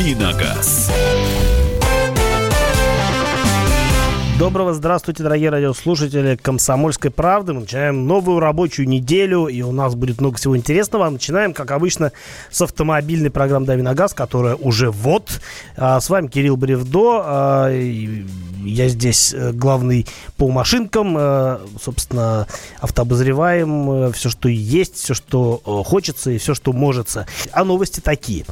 «Давиногаз». Доброго здравствуйте, дорогие радиослушатели «Комсомольской правды». Мы начинаем новую рабочую неделю, и у нас будет много всего интересного. Начинаем, как обычно, с автомобильной программы «Давиногаз», которая уже вот. С вами Кирилл Бревдо. Я здесь главный по машинкам. Собственно, автообозреваем все, что есть, все, что хочется и все, что можется. А новости такие.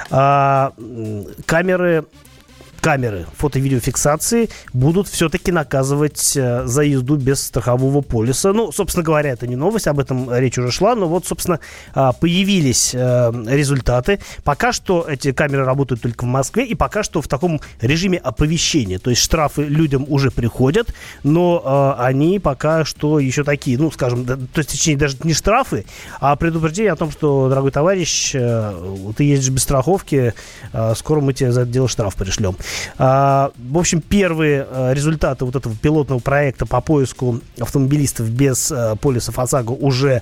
Камеры фото-видеофиксации будут все-таки наказывать за езду без страхового полиса. Ну, собственно говоря, это не новость, об этом речь уже шла, но вот, собственно, появились результаты. Пока что эти камеры работают только в Москве, и пока что в таком режиме оповещения. То есть штрафы людям уже приходят, но они пока что еще такие, ну, скажем, то есть, точнее, даже не штрафы, а предупреждение о том, что, дорогой товарищ, ты ездишь без страховки, скоро мы тебе за это дело штраф пришлем. В общем, первые результаты вот этого пилотного проекта по поиску автомобилистов без полисов ОСАГО уже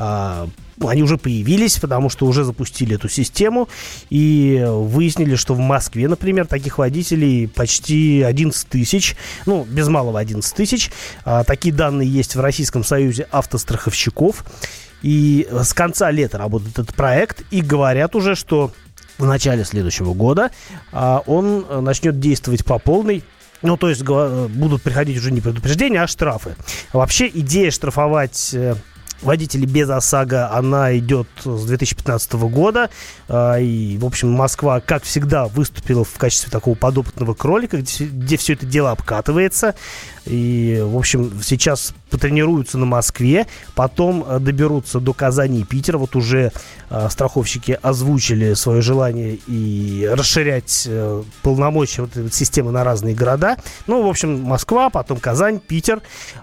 появились, потому что уже запустили эту систему и выяснили, что в Москве, например, таких водителей почти 11 тысяч, ну, без малого 11 тысяч. Такие данные есть в Российском союзе автостраховщиков. И с конца лета работает этот проект, и говорят уже, что в начале следующего года он начнет действовать по полной. Ну, то есть будут приходить уже не предупреждения, а штрафы. Вообще идея штрафовать водителей без ОСАГО, она идет с 2015 года. И, в общем, Москва, как всегда, выступила в качестве такого подопытного кролика, где все это дело обкатывается. И, в общем, сейчас потренируются на Москве, потом доберутся до Казани и Питера. Вот уже страховщики озвучили свое желание и расширять полномочия вот этой системы на разные города. Ну, в общем, Москва, потом Казань, Питер.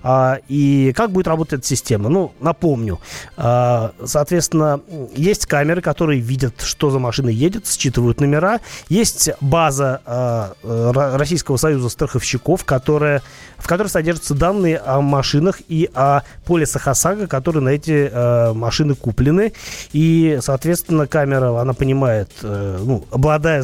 И как будет работать эта система? Ну, напомню. Соответственно, есть камеры, которые видят, что за машина едет, считывают номера. Есть база Российского союза страховщиков, в которой содержатся данные о машинах и о полисах ОСАГО, которые на эти машины куплены. И, соответственно, камера, она понимает, обладая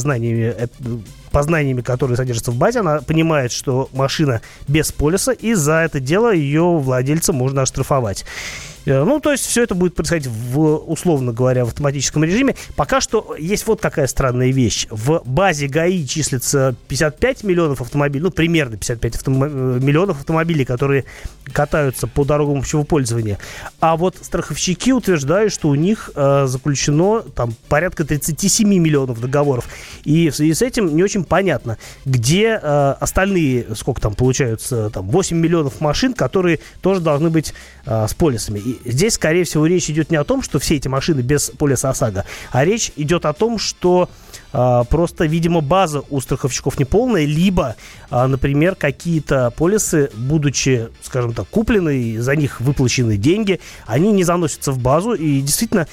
познаниями, которые содержатся в базе, она понимает, что машина без полиса, и за это дело ее владельца можно оштрафовать. Ну, то есть все это будет происходить условно говоря, в автоматическом режиме. Пока что есть вот какая странная вещь. В базе ГАИ числится 55 миллионов автомобилей, ну, примерно 55 миллионов автомобилей, которые катаются по дорогам общего пользования. А вот страховщики утверждают, что у них заключено там порядка 37 миллионов договоров. И в связи с этим не очень понятно, где остальные, сколько там получаются, там 8 миллионов машин, которые тоже должны быть с полисами. И здесь, скорее всего, речь идет не о том, что все эти машины без полиса ОСАГО, а речь идет о том, что просто, видимо, база у страховщиков неполная, либо, например, какие-то полисы, будучи, скажем так, куплены, за них выплачены деньги, они не заносятся в базу, и действительно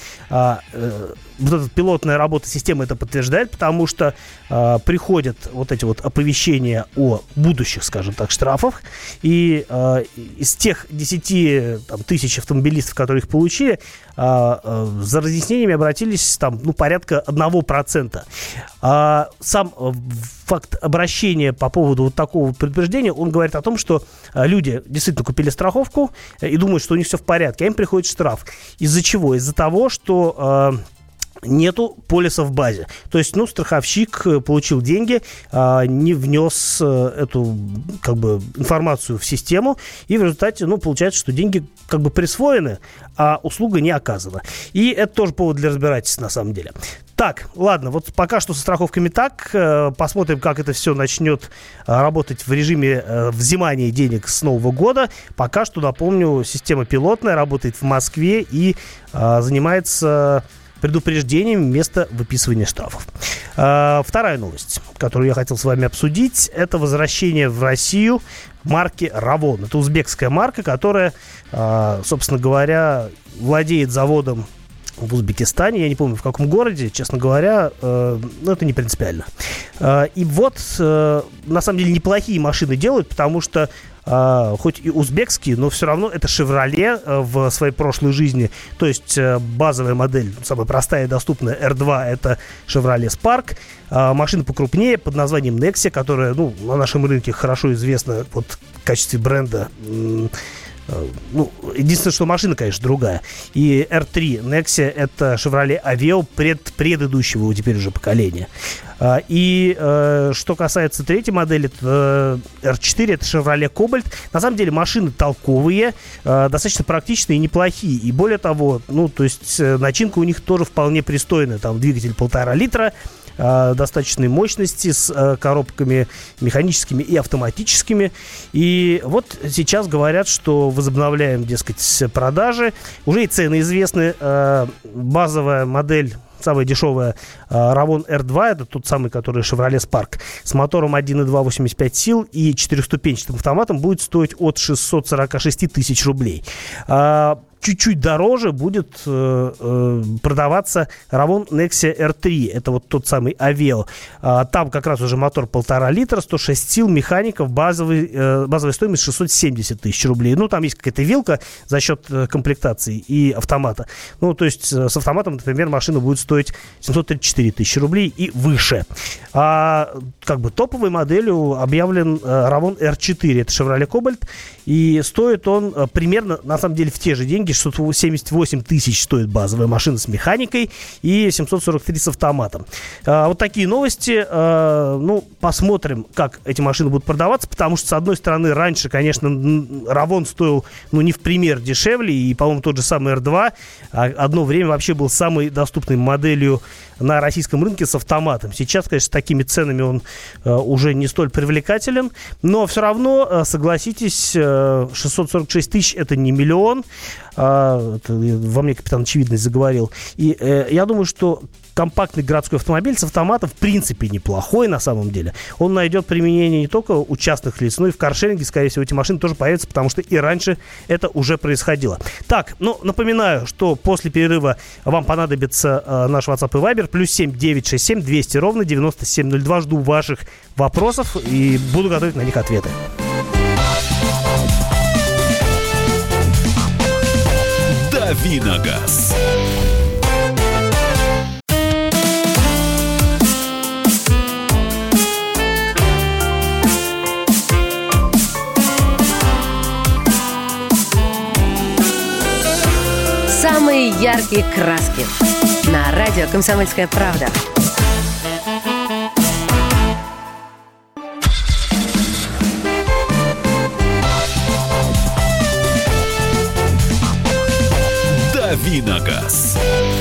вот эта пилотная работа системы это подтверждает, потому что приходят вот эти вот оповещения о будущих, скажем так, штрафах, и из тех 10 тысяч автомобилистов, которые их получили, за разъяснениями обратились порядка 1%. Сам факт обращения по поводу вот такого предупреждения, он говорит о том, что люди действительно купили страховку и думают, что у них все в порядке, а им приходит штраф. Из-за чего? Из-за того, что нету полиса в базе. То есть, страховщик получил деньги, не внес эту, информацию в систему, и в результате, получается, что деньги присвоены, а услуга не оказана. И это тоже повод для разбирательства, на самом деле. Так, ладно, вот пока что со страховками так. Посмотрим, как это все начнет работать в режиме взимания денег с Нового года. Пока что, напомню, система пилотная, работает в Москве и занимается предупреждением вместо выписывания штрафов. Вторая новость, которую я хотел с вами обсудить, это возвращение в Россию марки «Равон». Это узбекская марка, которая, собственно говоря, владеет заводом в Узбекистане. Я не помню, в каком городе, честно говоря, это не принципиально. И вот, на самом деле, неплохие машины делают, потому что хоть и узбекский, но все равно это Chevrolet в своей прошлой жизни. То есть базовая модель, самая простая и доступная, R2, это Chevrolet Spark. Машина покрупнее под названием Nexia, которая, на нашем рынке хорошо известна в качестве бренда. Единственное, что машина, конечно, другая. И R3 Nexia — это Chevrolet Aveo предыдущего теперь уже поколения. И что касается третьей модели, это R4, это Chevrolet Cobalt. На самом деле машины толковые, достаточно практичные и неплохие. И более того, то есть начинка у них тоже вполне пристойная. Там двигатель 1,5 литра, достаточной мощности, с коробками механическими и автоматическими. И вот сейчас говорят, что возобновляем, дескать, продажи. Уже и цены известны. Базовая модель, самая дешевая, Ravon R2, это тот самый, который Chevrolet Spark, с мотором 1.2 85 сил и четырехступенчатым автоматом, будет стоить от 646 тысяч рублей. Чуть-чуть дороже будет продаваться Ravon Nexia R3. Это вот тот самый Aveo. Там как раз уже мотор 1,5 литра, 106 сил, механиков, базовая стоимость 670 тысяч рублей. Там есть какая-то вилка за счет комплектации и автомата. То есть с автоматом, например, машина будет стоить 734 тысячи рублей и выше. Топовой моделью объявлен Ravon R4. Это Chevrolet Cobalt. И стоит он примерно, на самом деле, в те же деньги. 678 тысяч стоит базовая машина с механикой и 743 с автоматом. Вот такие новости. Посмотрим, как эти машины будут продаваться, потому что, с одной стороны, раньше, конечно, Ravon стоил, не в пример дешевле, и, по-моему, тот же самый R2 одно время вообще был самой доступной моделью на российском рынке с автоматом. Сейчас, конечно, с такими ценами он уже не столь привлекателен, но все равно, согласитесь, 646 тысяч — это не миллион. Это во мне капитан очевидность заговорил. И я думаю, что компактный городской автомобиль с автоматом в принципе неплохой на самом деле. Он найдет применение не только у частных лиц, но и в каршеринге, скорее всего, эти машины тоже появятся, потому что и раньше это уже происходило. Так, напоминаю, что после перерыва вам понадобится наш WhatsApp и Viber, +7 967 200 ровно 9702. Жду ваших вопросов и буду готовить на них ответы. Давиногаз. Самые яркие краски на радио «Комсомольская правда». Давиногаз.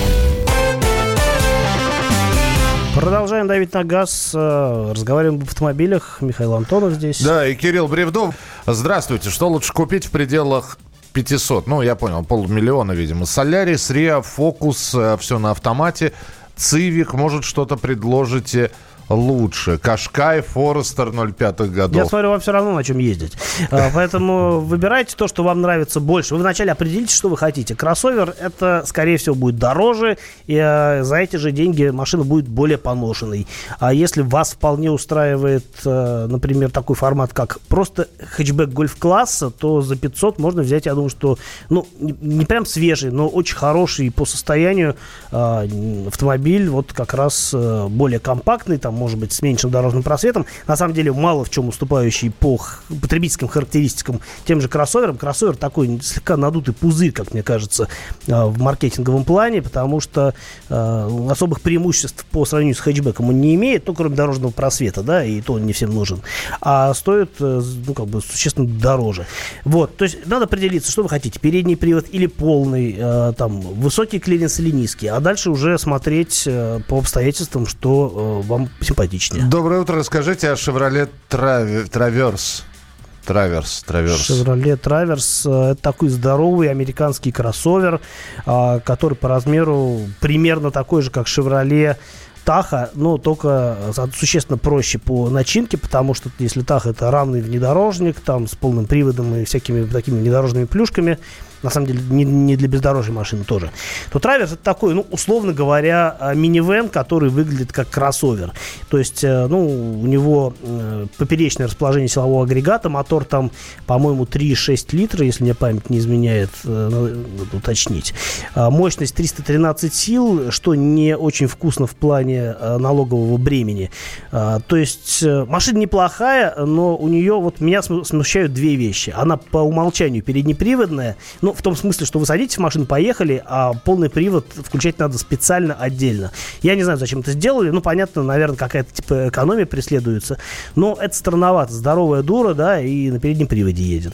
Продолжаем давить на газ. Разговариваем об автомобилях. Михаил Антонов здесь. Да, и Кирилл Бревдов. Здравствуйте. Что лучше купить в пределах 500? Я понял, 500 000, видимо. Солярис, Риа, Фокус, все на автомате. Цивик, может, что-то предложите лучше. Кашкай, Форестер 05 годов. Я смотрю, вам все равно на чем ездить. Поэтому выбирайте то, что вам нравится больше. Вы вначале определите, что вы хотите. Кроссовер, это, скорее всего, будет дороже, и за эти же деньги машина будет более поношенной. А если вас вполне устраивает, например, такой формат, как просто хэтчбэк гольф-класса, то за 500 можно взять, я думаю, что, не прям свежий, но очень хороший по состоянию автомобиль, вот как раз более компактный, там, может быть, с меньшим дорожным просветом. На самом деле, мало в чем уступающий по потребительским характеристикам тем же кроссоверам. Кроссовер такой слегка надутый пузырь, как мне кажется, в маркетинговом плане, потому что особых преимуществ по сравнению с хэтчбеком он не имеет, кроме дорожного просвета, да, и то он не всем нужен. А стоит, существенно дороже. Вот, то есть надо определиться, что вы хотите, передний привод или полный, там, высокий клиренс или низкий, а дальше уже смотреть по обстоятельствам, что вам симпатичнее. Доброе утро. Расскажите о Chevrolet Traverse. Chevrolet Traverse — это такой здоровый американский кроссовер, который по размеру примерно такой же, как Chevrolet Tahoe, но только существенно проще по начинке, потому что если Tahoe — это равный внедорожник, там с полным приводом и всякими такими внедорожными плюшками, на самом деле не для бездорожья машины тоже, то Траверс это такой, условно говоря, минивэн, который выглядит как кроссовер. То есть, у него поперечное расположение силового агрегата, мотор там, по-моему, 3,6 литра, если мне память не изменяет, надо уточнить. Мощность 313 сил, что не очень вкусно в плане налогового бремени. То есть машина неплохая, но у нее, меня смущают две вещи. Она по умолчанию переднеприводная, в том смысле, что вы садитесь в машину, поехали, а полный привод включать надо специально отдельно. Я не знаю, зачем это сделали, понятно, наверное, какая-то типа экономия преследуется, но это странновато. Здоровая дура, да, и на переднем приводе едет.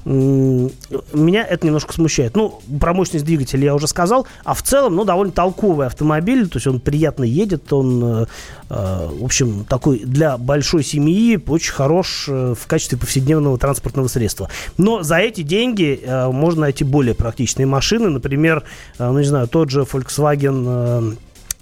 Меня это немножко смущает. Про мощность двигателя я уже сказал, а в целом, довольно толковый автомобиль, то есть он приятно едет, он, в общем, такой для большой семьи очень хорош в качестве повседневного транспортного средства. Но за эти деньги можно найти более практичные машины, например, тот же Volkswagen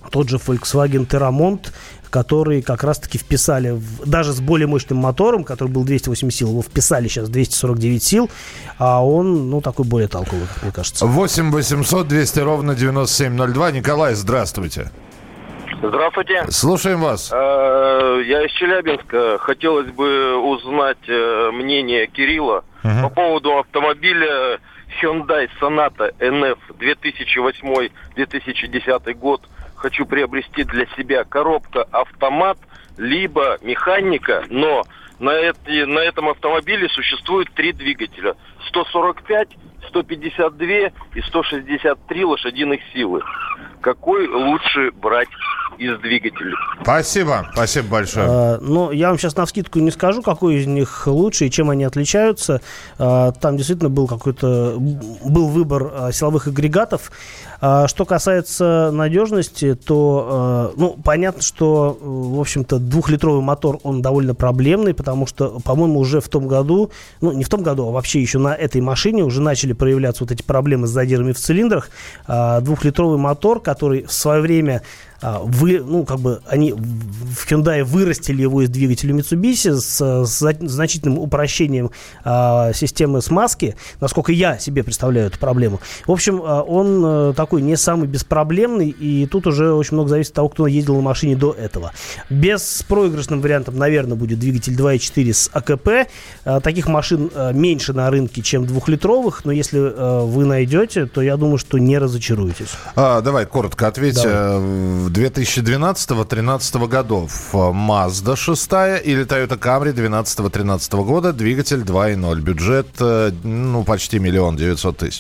Terramont, который как раз-таки вписали, даже с более мощным мотором, который был 208 сил, его вписали сейчас 249 сил, а он, такой более толковый, как мне кажется. 8 800 200 ровно 9702. Николай, здравствуйте. Здравствуйте. Слушаем вас. Я из Челябинска. Хотелось бы узнать мнение Кирилла по поводу автомобиля Hyundai Sonata NF 2008-2010 год. Хочу приобрести для себя коробка автомат, либо механика, но на этом автомобиле существует 3 двигателя. 145, 152 и 163 лошадиных силы. Какой лучше брать из двигателей? Спасибо большое. Я вам сейчас навскидку не скажу, какой из них лучше и чем они отличаются. Там действительно был выбор силовых агрегатов. Что касается надежности, то, понятно, что, в общем-то, 2-литровый мотор, он довольно проблемный, потому что, по-моему, уже в том году, не в том году, а вообще еще на этой машине уже начали проявляться вот эти проблемы с задирами в цилиндрах. 2-литровый мотор, который в свое время они в Hyundai вырастили его из двигателя Mitsubishi с значительным упрощением системы смазки, насколько я себе представляю эту проблему. В общем, он такой не самый беспроблемный, и тут уже очень много зависит от того, кто ездил на машине до этого. Беспроигрышным вариантом, наверное, будет двигатель 2.4 с АКП. Таких машин меньше на рынке, чем 2-литровых, но если вы найдете, то я думаю, что не разочаруетесь. Давай коротко ответь. Давай. 2012-2013 годов Mazda 6 или Toyota Camry 12-13 года, двигатель 2.0, бюджет почти 1 900 000.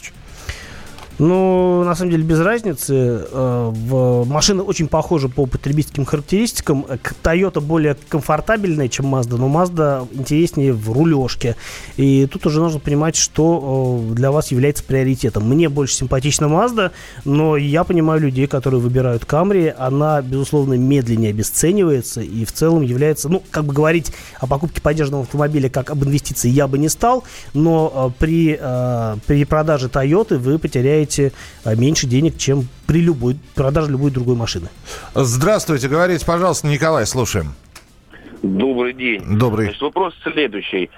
На самом деле, без разницы. Машина очень похожа по потребительским характеристикам. Toyota более комфортабельная, чем Mazda, но Mazda интереснее в рулежке. И тут уже нужно понимать, что для вас является приоритетом. Мне больше симпатична Mazda, но я понимаю людей, которые выбирают Camry. Она, безусловно, медленнее обесценивается и в целом является, говорить о покупке подержанного автомобиля как об инвестиции я бы не стал, но при продаже Toyota вы потеряете меньше денег, чем при продаже любой другой машины. Здравствуйте, говорите, пожалуйста, Николай, слушаем. Добрый день. Добрый. Вопрос следующий.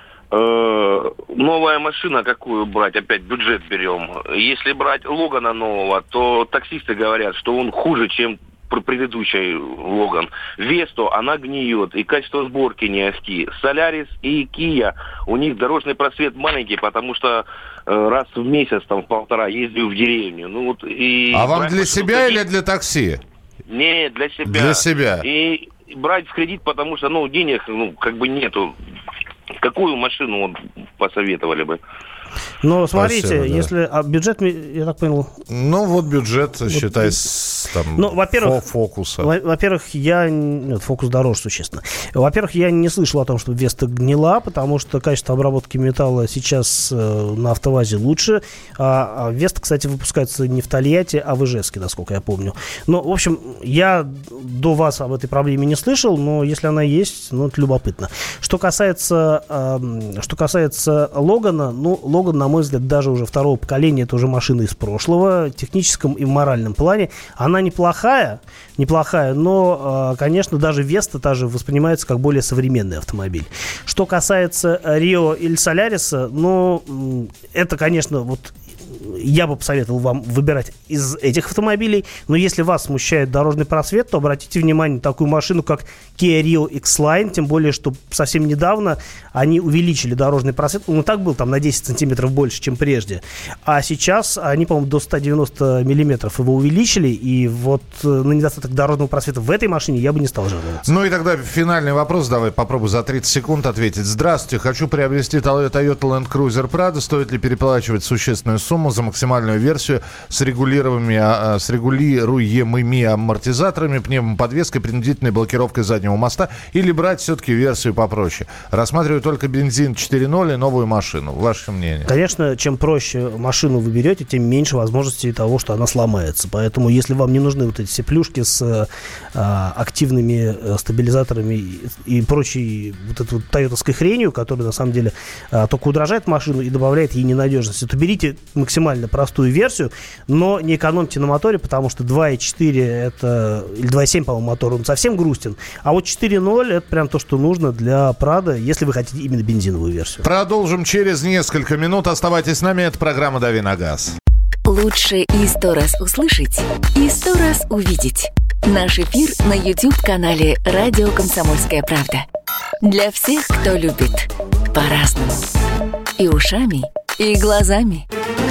Новая машина какую брать? Опять бюджет берем. Если брать Логана нового, то таксисты говорят, что он хуже, чем предыдущий Логан. Весту, она гниет, и качество сборки не ахти. Солярис и Kia, у них дорожный просвет маленький, потому что раз в месяц, в 1,5 ездил в деревню. А вам для себя или для такси? Не, для себя. Для себя. И брать в кредит, потому что, денег, нету. Какую машину посоветовали бы? Но смотрите, спасибо, если бюджет, я так понял. Бюджет, считай, во-первых, Фокуса. Во-первых, Фокус дороже, существенно. Во-первых, я не слышал о том, что Веста гнила, потому что качество обработки металла сейчас на АвтоВАЗе лучше. А Веста, кстати, выпускается не в Тольятти, а в Ижевске, насколько я помню. В общем, я до вас об этой проблеме не слышал, но если она есть, это любопытно. Что касается Логана, Логан, на мой взгляд, даже уже второго поколения, это уже машина из прошлого, в техническом и в моральном плане. Она неплохая, но, конечно, даже Веста та же воспринимается как более современный автомобиль. Что касается Рио или Соляриса, это, конечно, я бы посоветовал вам выбирать из этих автомобилей. Но если вас смущает дорожный просвет, то обратите внимание на такую машину, как Kia Rio X-Line. Тем более, что совсем недавно они увеличили дорожный просвет. Он и так был там на 10 сантиметров больше, чем прежде. А сейчас они, по-моему, до 190 миллиметров его увеличили. И вот на недостаток дорожного просвета в этой машине я бы не стал жаловаться. Ну и тогда финальный вопрос. Давай попробую за 30 секунд ответить. Здравствуйте. Хочу приобрести Toyota Land Cruiser Prado. Стоит ли переплачивать существенную сумму за максимальную версию с регулируемыми амортизаторами, пневмоподвеской, принудительной блокировкой заднего моста, или брать все-таки версию попроще? Рассматриваю только бензин 4.0 и новую машину. Ваше мнение? Конечно, чем проще машину вы берете, тем меньше возможностей того, что она сломается. Поэтому, если вам не нужны вот эти все плюшки с активными стабилизаторами и прочей вот этой вот тойотовской хренью, которая на самом деле только удорожает машину и добавляет ей ненадежности, то берите максимально простую версию, но не экономьте на моторе, потому что 2.4 это, или 2.7, по-моему, мотор, он совсем грустен. А вот 4.0 это прям то, что нужно для Prado, если вы хотите именно бензиновую версию. Продолжим через несколько минут. Оставайтесь с нами. Это программа «Дави на газ». Лучше и 100 раз услышать, и 100 раз увидеть. Наш эфир на YouTube-канале «Радио Комсомольская правда». Для всех, кто любит по-разному. И ушами, и глазами.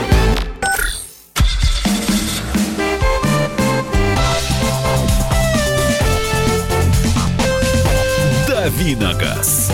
«Дави на газ».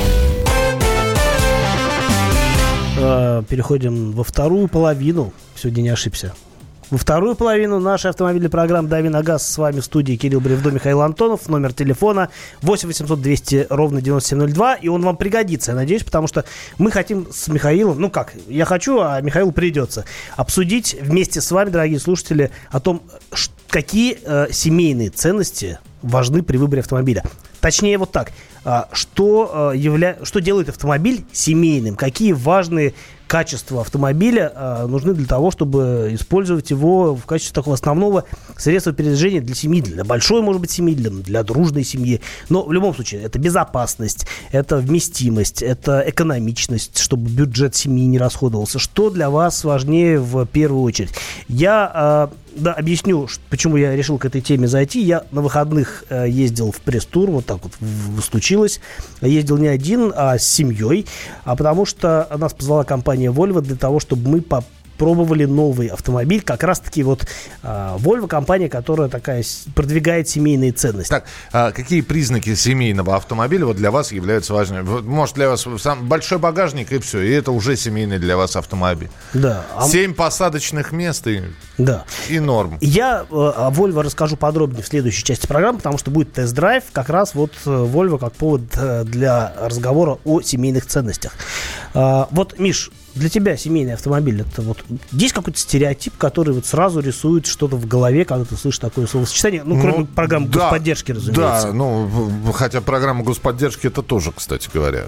Переходим во вторую половину. Сегодня не ошибся. Во вторую половину нашей автомобильной программы «Дави на газ». С вами в студии Кирилл Бревдо, Михаил Антонов. Номер телефона 8 800 200 ровно 9702. И он вам пригодится, я надеюсь, потому что мы хотим с Михаилом, ну как, я хочу, а Михаилу придется, обсудить вместе с вами, дорогие слушатели, о том, какие семейные ценности важны при выборе автомобиля. Точнее, вот так. Что делает автомобиль семейным? Какие важные качества автомобиля нужны для того, чтобы использовать его в качестве такого основного средства передвижения для семьи, для большой, может быть, семьи, для дружной семьи. Но в любом случае, это безопасность, это вместимость, это экономичность, чтобы бюджет семьи не расходовался. Что для вас важнее в первую очередь? Я объясню, почему я решил к этой теме зайти. Я на выходных ездил в пресс-тур, вот так вот случилось. Ездил не один, а с семьей, потому что нас позвала компания Volvo для того, чтобы мы попробовали новый автомобиль. Как раз-таки вот Volvo компания, которая такая продвигает семейные ценности. Так, какие признаки семейного автомобиля вот для вас являются важными? Может, для вас сам большой багажник и все, и это уже семейный для вас автомобиль. Да. 7 посадочных мест и норм. Я о Volvo расскажу подробнее в следующей части программы, потому что будет тест-драйв, как раз вот Volvo как повод для разговора о семейных ценностях. Вот, Миш, для тебя семейный автомобиль, это вот есть какой-то стереотип, который вот сразу рисует что-то в голове, когда ты слышишь такое словосочетание? Ну, кроме программы господдержки, разумеется. Да, хотя программа господдержки это тоже, кстати говоря,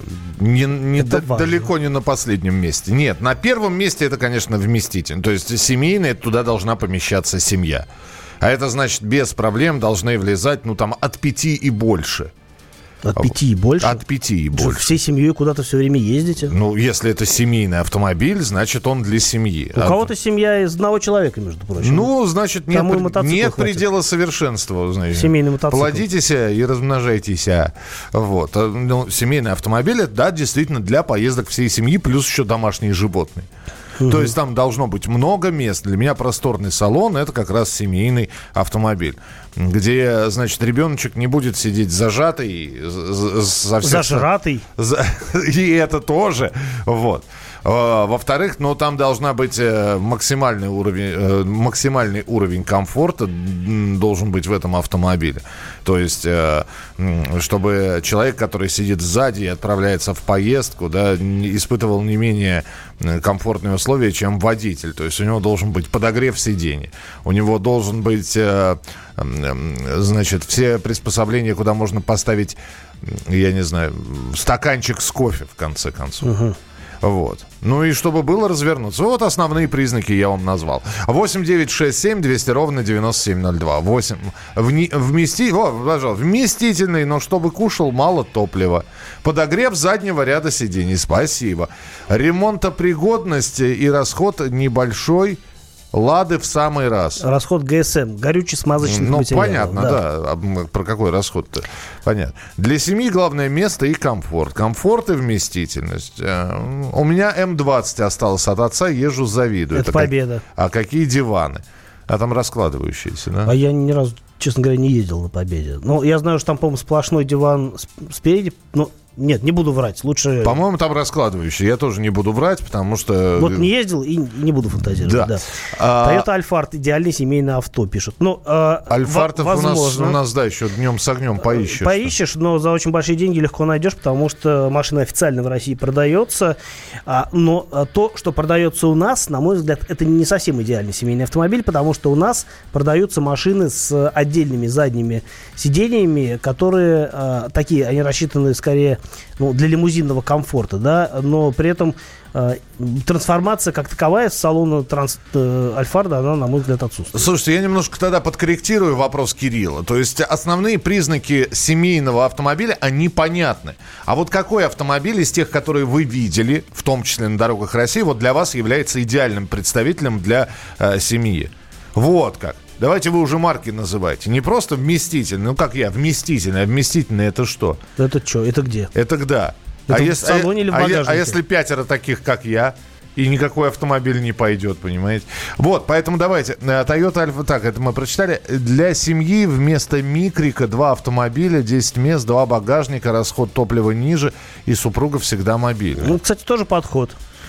далеко не на последнем месте. Нет, на первом месте это, конечно, вместитель. То есть семейный, туда должна помещаться семья. А это значит, без проблем должны влезать, от 5 и больше. От 5 и больше? От 5 и больше. Всей семьей куда-то все время ездите? Если это семейный автомобиль, значит, он для семьи. У кого-то семья из одного человека, между прочим. Значит, нет предела совершенства. Семейный мотоцикл. Плодитесь и размножайтесь. Вот. Семейный автомобиль, это, действительно, для поездок всей семьи, плюс еще домашние животные. То есть там должно быть много мест. Для меня просторный салон – это как раз семейный автомобиль, где, значит, ребеночек не будет сидеть зажатый. Зажратый. И это тоже. Вот. Во-вторых, там должна быть максимальный уровень комфорта должен быть в этом автомобиле. То есть, чтобы человек, который сидит сзади и отправляется в поездку, испытывал не менее комфортные условия, чем водитель. То есть у него должен быть подогрев сидений, у него должен быть, значит, все приспособления, куда можно поставить, я не знаю, стаканчик с кофе, в конце концов. Вот. Ну и чтобы было развернуться. Вот основные признаки я вам назвал. 8 9 6 7 200 ровно 9702. 8. Вместительный, но чтобы кушал, мало топлива. Подогрев заднего ряда сидений. Спасибо. Ремонтопригодность и расход небольшой. Лады в самый раз. Расход ГСМ, горюче-смазочных материалов. Понятно, да. Про какой расход-то? Понятно. Для семьи главное место и комфорт. Комфорт и вместительность. У меня М20 осталось от отца, езжу, завидую. Это победа. А какие диваны? А там раскладывающиеся, да? А я ни разу, честно говоря, не ездил на Победе. Ну, я знаю, что там, по-моему, сплошной диван спереди, но... Нет, не буду врать. Лучше... По-моему, там раскладывающий. Я тоже не буду врать, потому что... Вот не ездил и не буду фантазировать. Да. Toyota Alphard — идеальное семейное авто, пишут. Ну, Альфартов у нас, да, еще днем с огнем поищешь. Поищешь, но за очень большие деньги легко найдешь, потому что машина официально в России продается. Но то, что продается у нас, на мой взгляд, это не совсем идеальный семейный автомобиль, потому что у нас продаются машины с отдельными задними сиденьями, которые такие, они рассчитаны скорее для лимузинного комфорта, да, но при этом трансформация как таковая с салона Альфарда, она, на мой взгляд, отсутствует. Слушайте, я немножко тогда подкорректирую вопрос Кирилла. То есть основные признаки семейного автомобиля, они понятны. А вот какой автомобиль из тех, которые вы видели, в том числе на дорогах России, вот для вас является идеальным представителем для семьи? Вот как. Давайте вы уже марки называйте. Не просто вместительный, ну как я, вместительный. А вместительный это что? Это что? Это где? Это да. Это в салоне или в багажнике? А если 5 таких, как я, и никакой автомобиль не пойдет, понимаете? Вот, поэтому давайте. Toyota Alphard, так, это мы прочитали. Для семьи вместо микрика 2 автомобиля, 10 мест, 2 багажника, расход топлива ниже, и супруга всегда мобильная. Ну, кстати, тоже подход.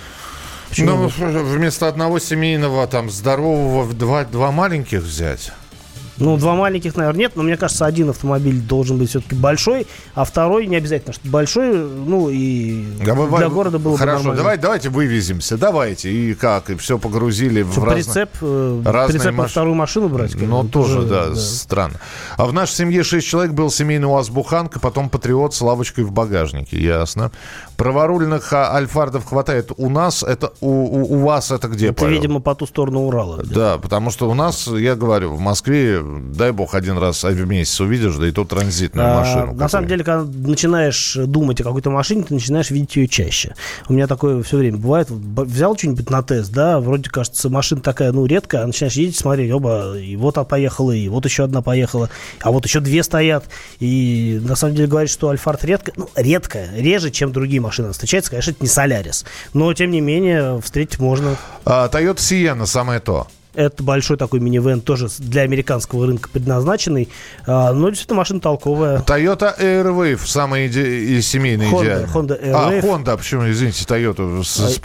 Ну, вместо одного семейного, там, здорового, два маленьких взять. Ну, 2 маленьких, наверное, нет, но мне кажется, один автомобиль должен быть все-таки большой, а второй не обязательно, что большой, ну, и для города было бы нормально. Хорошо, давайте вывеземся, давайте, и как, и все погрузили в разные прицеп на вторую машину брать? Ну, тоже, да, странно. А в нашей семье 6 человек, был семейный УАЗ-буханка, потом Патриот с лавочкой в багажнике, ясно. Праворульных Альфардов хватает у нас, это у вас это где, это, Павел? видимо, по ту сторону Урала. Да, потому что у нас, я говорю, в Москве, дай бог, один раз в месяц увидишь, да и то транзитную машину. На самом деле, когда начинаешь думать о какой-то машине, ты начинаешь видеть ее чаще. У меня такое все время бывает. Взял что-нибудь на тест, да, вроде кажется, машина такая, ну, редкая, а начинаешь ездить, смотреть, оба, и вот она поехала, и вот еще одна поехала, а вот еще 2 стоят. И на самом деле говорить, что Альфард редкая, реже, чем другие машины встречается, конечно, это не Солярис. Но, тем не менее, встретить можно. Toyota Sienna самое то. Это большой такой минивэн, тоже для американского рынка предназначенный. Но действительно машина толковая. Toyota Airwave, самый семейный идеальный. Honda Airwave. Honda, почему, извините, Toyota.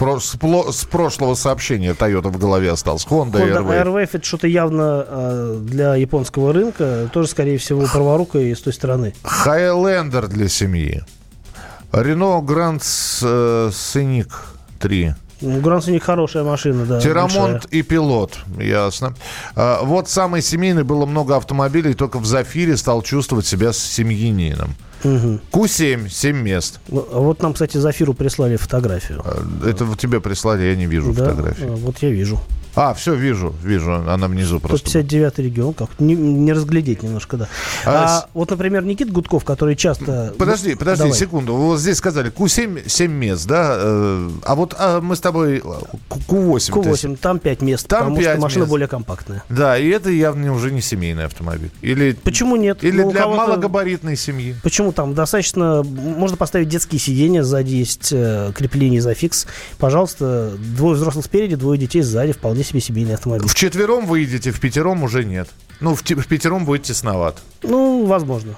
С прошлого сообщения Toyota в голове осталось. Honda Airwave это что-то явно для японского рынка. Тоже, скорее всего, праворукой с той стороны. Highlander для семьи. Renault Grand Scenic 3. Гранд Сеник хорошая машина, да. Террамонт и Пилот, ясно. Вот самый семейный, было много автомобилей, только в Зафире стал чувствовать себя семьянином. Угу. Q7, 7 мест. Вот нам, кстати, Зафиру прислали фотографию. Это тебе прислали, я не вижу фотографии. Вот я вижу. Все, вижу, она внизу просто. 159-й регион, как не разглядеть немножко, да. Вот, например, Никита Гудков, который часто... Подожди, секунду. Вы вот здесь сказали, Q7, 7 мест, да? А вот мы с тобой Q8. Q8, там 5 мест, там потому что машина более компактная. Да, и это явно уже не семейный автомобиль. Почему нет? Или для малогабаритной семьи. Почему? Там достаточно... Можно поставить детские сиденья, сзади есть крепление Изофикс. Пожалуйста, 2 взрослых спереди, 2 детей сзади, вполне себе семейный автомобиль. Вчетвером вы едете, в пятером уже нет. Ну, в пятером будет тесновато. Ну, возможно.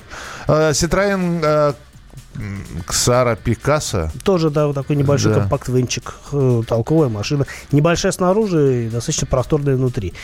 Citroёn Ксара Пикассо. Тоже, да, вот такой небольшой компакт-венчик. Толковая машина. Небольшая снаружи и достаточно просторная внутри.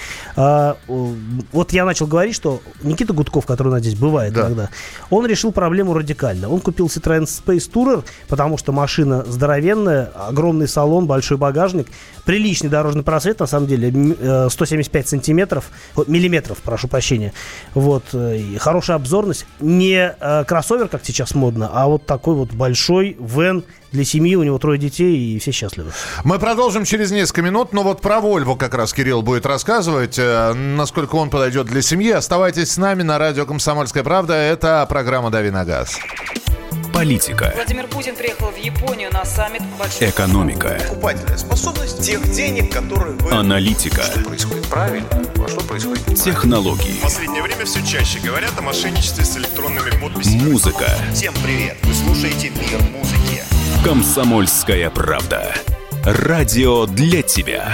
Вот я начал говорить, что Никита Гудков, который у нас здесь бывает иногда, он решил проблему радикально. Он купил Citroёn Space Tourer, потому что машина здоровенная, огромный салон, большой багажник, приличный дорожный просвет, на самом деле, 175 миллиметров, прошу прощения. Вот, и хорошая обзорность. Не кроссовер, как сейчас модно, а вот вот такой вот большой вэн для семьи, у него 3 детей, и все счастливы. Мы продолжим через несколько минут, но вот про Volvo как раз Кирилл будет рассказывать, насколько он подойдет для семьи. Оставайтесь с нами на радио «Комсомольская правда». Это программа «Дави на газ». Политика. Владимир Путин приехал в Японию на саммит большой... Экономика. Покупательная способность тех денег, которые вы... Аналитика. Что происходит правильно, а что происходит неправильно. Технологии. В последнее время все чаще говорят о мошенничестве с электронными подписями. Музыка. Всем привет! Вы слушаете «Мир музыки». «Комсомольская правда». Радио для тебя.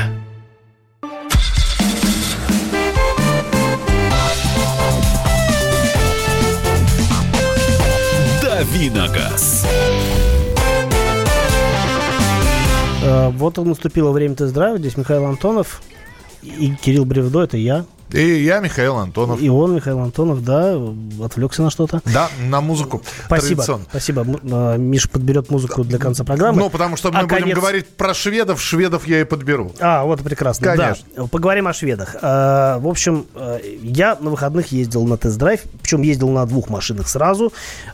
«Дави на газ». Вот наступило время тест-драйва. Здесь Михаил Антонов и Кирилл Бревдо, это я. И я, Михаил Антонов. И он, Михаил Антонов, да, отвлекся на что-то. Да, на музыку. Спасибо. Миша подберет музыку для конца программы. Ну, потому что мы будем говорить про шведов я и подберу. Вот прекрасно. Конечно. Да, поговорим о шведах. В общем, я на выходных ездил на тест-драйв, причем ездил на 2 машинах сразу.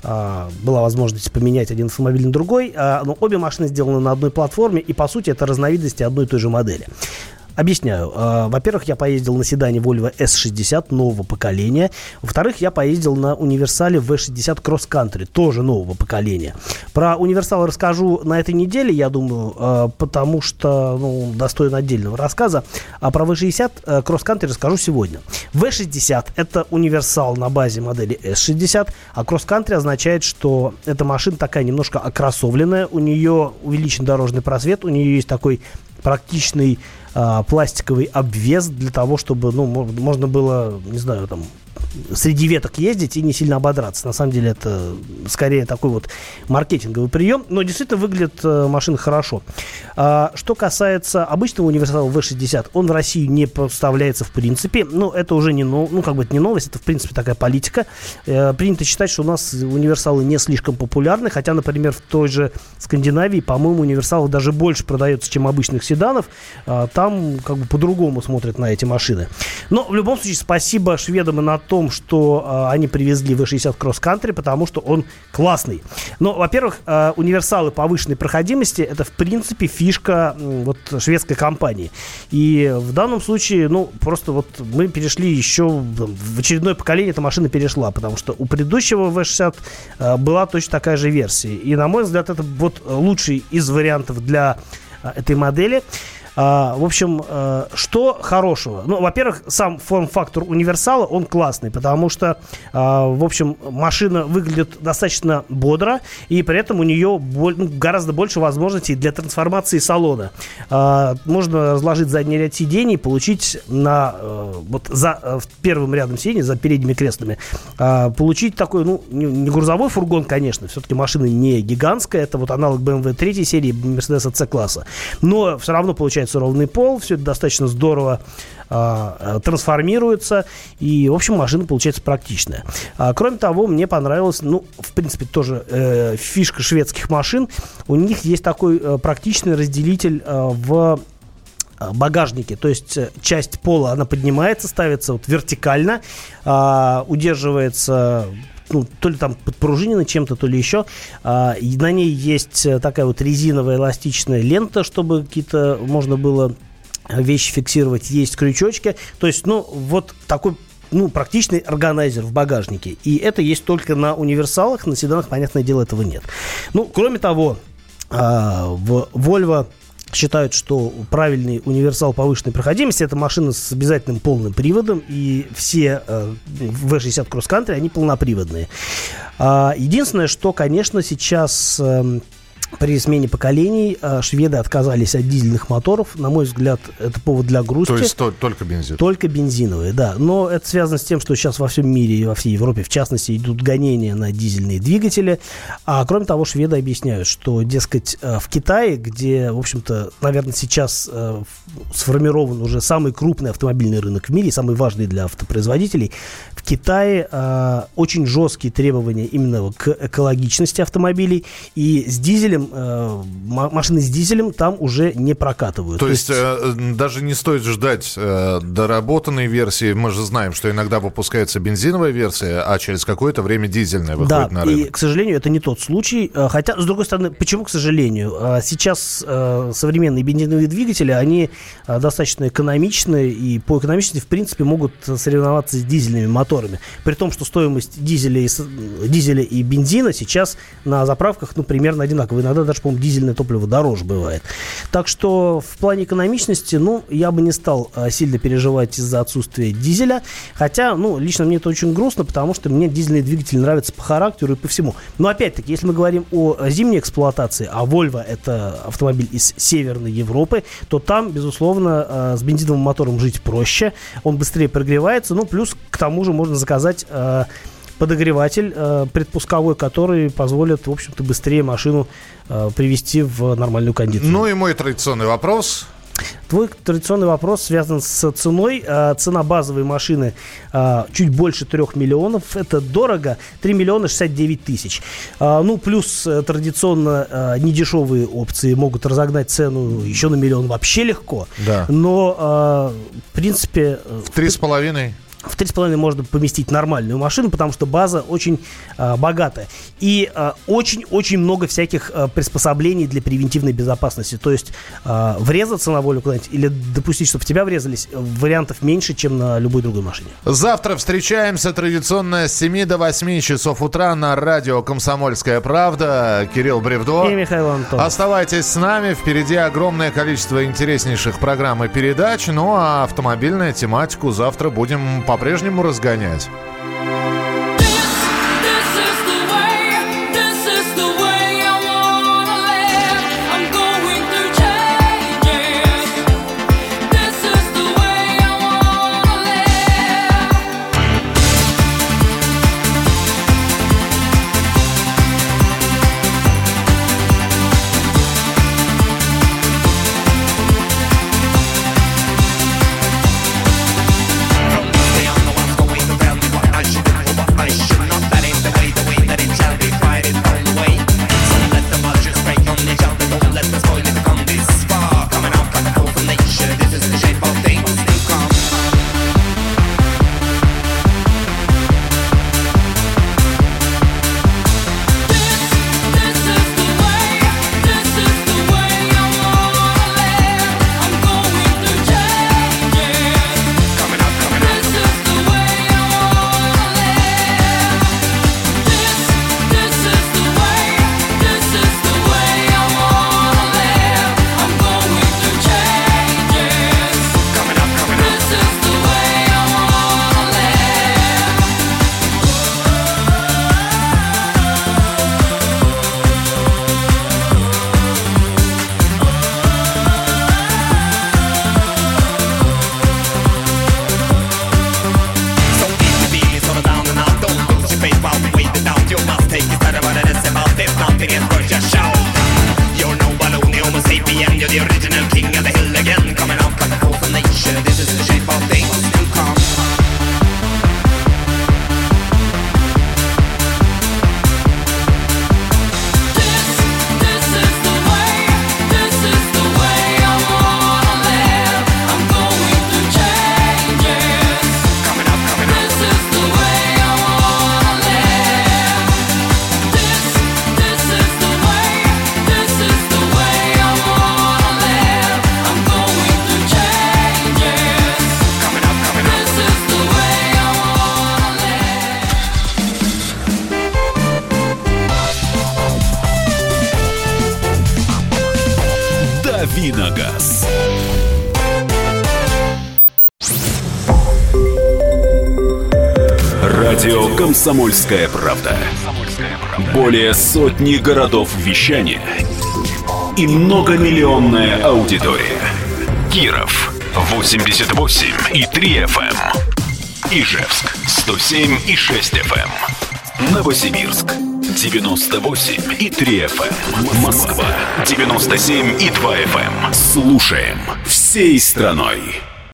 Была возможность поменять один автомобиль на другой, но обе машины сделаны на одной платформе, и, по сути, это разновидности одной и той же модели. Объясняю. Во-первых, я поездил на седане Volvo S60 нового поколения. Во-вторых, я поездил на универсале V60 Cross Country, тоже нового поколения. Про универсал расскажу на этой неделе, я думаю, потому что достоин отдельного рассказа. А про V60 Cross Country расскажу сегодня. V60 – это универсал на базе модели S60, а Cross Country означает, что эта машина такая немножко окроссовленная, у нее увеличен дорожный просвет, у нее есть такой практичный пластиковый обвес для того, чтобы можно было, не знаю, там среди веток ездить и не сильно ободраться. На самом деле это скорее такой вот маркетинговый прием, но действительно выглядит машина хорошо. Что касается обычного универсала V60, он в России не поставляется в принципе, но это уже не новость, это в принципе такая политика. Принято считать, что у нас универсалы не слишком популярны, хотя, например, в той же Скандинавии, по-моему, универсалов даже больше продается, чем обычных седанов. Там по-другому смотрят на эти машины. Но в любом случае спасибо шведам и на том, что они привезли V60 Cross Country, потому что он классный. Но, во-первых, универсалы повышенной проходимости — это, в принципе, фишка шведской компании. И в данном случае, просто мы перешли еще в очередное поколение, эта машина перешла, потому что у предыдущего V60 была точно такая же версия. И, на мой взгляд, это лучший из вариантов для этой модели. В общем, что хорошего? Во-первых, сам форм-фактор универсала, он классный, потому что, в общем, машина выглядит достаточно бодро, и при этом у нее гораздо больше возможностей для трансформации салона. Можно разложить задний ряд сидений, получить за первым рядом сидений, за передними креслами, получить такой, не грузовой фургон, конечно, все-таки машина не гигантская, это аналог BMW 3 серии, Mercedes C-класса, но все равно получается ровный пол, все это достаточно здорово трансформируется, и, в общем, машина получается практичная. Кроме того, мне понравилось, в принципе, тоже фишка шведских машин, у них есть такой практичный разделитель в багажнике, то есть часть пола, она поднимается, ставится вертикально, удерживается то ли там подпружинено чем-то, то ли еще. И на ней есть такая резиновая эластичная лента, чтобы какие-то можно было вещи фиксировать. Есть крючочки. То есть, такой практичный органайзер в багажнике. И это есть только на универсалах. На седанах, понятное дело, этого нет. Кроме того, в Volvo считают, что правильный универсал повышенной проходимости — это машина с обязательным полным приводом, и все V60 Cross Country, они полноприводные. Единственное, что, конечно, сейчас при смене поколений шведы отказались от дизельных моторов. На мой взгляд, это повод для грусти. То есть только бензин? Только бензиновые, да. Но это связано с тем, что сейчас во всем мире и во всей Европе, в частности, идут гонения на дизельные двигатели. А кроме того, шведы объясняют, что, дескать, в Китае, где, в общем-то, наверное, сейчас сформирован уже самый крупный автомобильный рынок в мире, самый важный для автопроизводителей, в Китае очень жесткие требования именно к экологичности автомобилей, и с дизелем, машины с дизелем там уже не прокатывают. То есть даже не стоит ждать доработанной версии. Мы же знаем, что иногда выпускается бензиновая версия, а через какое-то время дизельная выходит на рынок. И, к сожалению, это не тот случай. Хотя, с другой стороны, почему, к сожалению? Сейчас современные бензиновые двигатели, они достаточно экономичные, и по экономичности, в принципе, могут соревноваться с дизельными моторами. При том, что стоимость дизеля и бензина сейчас на заправках, примерно одинаковая. Иногда даже, по-моему, дизельное топливо дороже бывает. Так что в плане экономичности, я бы не стал сильно переживать из-за отсутствия дизеля. Хотя, лично мне это очень грустно, потому что мне дизельные двигатели нравятся по характеру и по всему. Но опять-таки, если мы говорим о зимней эксплуатации, а Volvo — это автомобиль из Северной Европы, то там, безусловно, с бензиновым мотором жить проще. Он быстрее прогревается. Плюс к тому же можно заказать подогреватель предпусковой, который позволит, в общем-то, быстрее машину привести в нормальную кондицию. И мой традиционный вопрос. Твой традиционный вопрос связан с ценой. Цена базовой машины чуть больше 3 миллионов. Это дорого. 3 миллиона 69 тысяч. Плюс традиционно недешевые опции могут разогнать цену еще на миллион вообще легко. Да. Но, в принципе... В 3,5... В 3,5 можно поместить нормальную машину, потому что база очень богатая. И очень-очень много всяких приспособлений для превентивной безопасности. То есть врезаться на волю куда-нибудь или допустить, чтобы в тебя врезались, вариантов меньше, чем на любой другой машине. Завтра встречаемся традиционно с 7 до 8 часов утра на радио «Комсомольская правда». Кирилл Бревдо. И Михаил Антонов. Оставайтесь с нами. Впереди огромное количество интереснейших программ и передач. А автомобильную тематику завтра будем по-прежнему разгонять. Виногаз. Радио «Комсомольская правда». Более сотни городов вещания и многомиллионная аудитория. Киров 88,3 FM. Ижевск 107,6 FM. Новосибирск 98,3 FM. Москва 97,2 FM. Слушаем всей страной.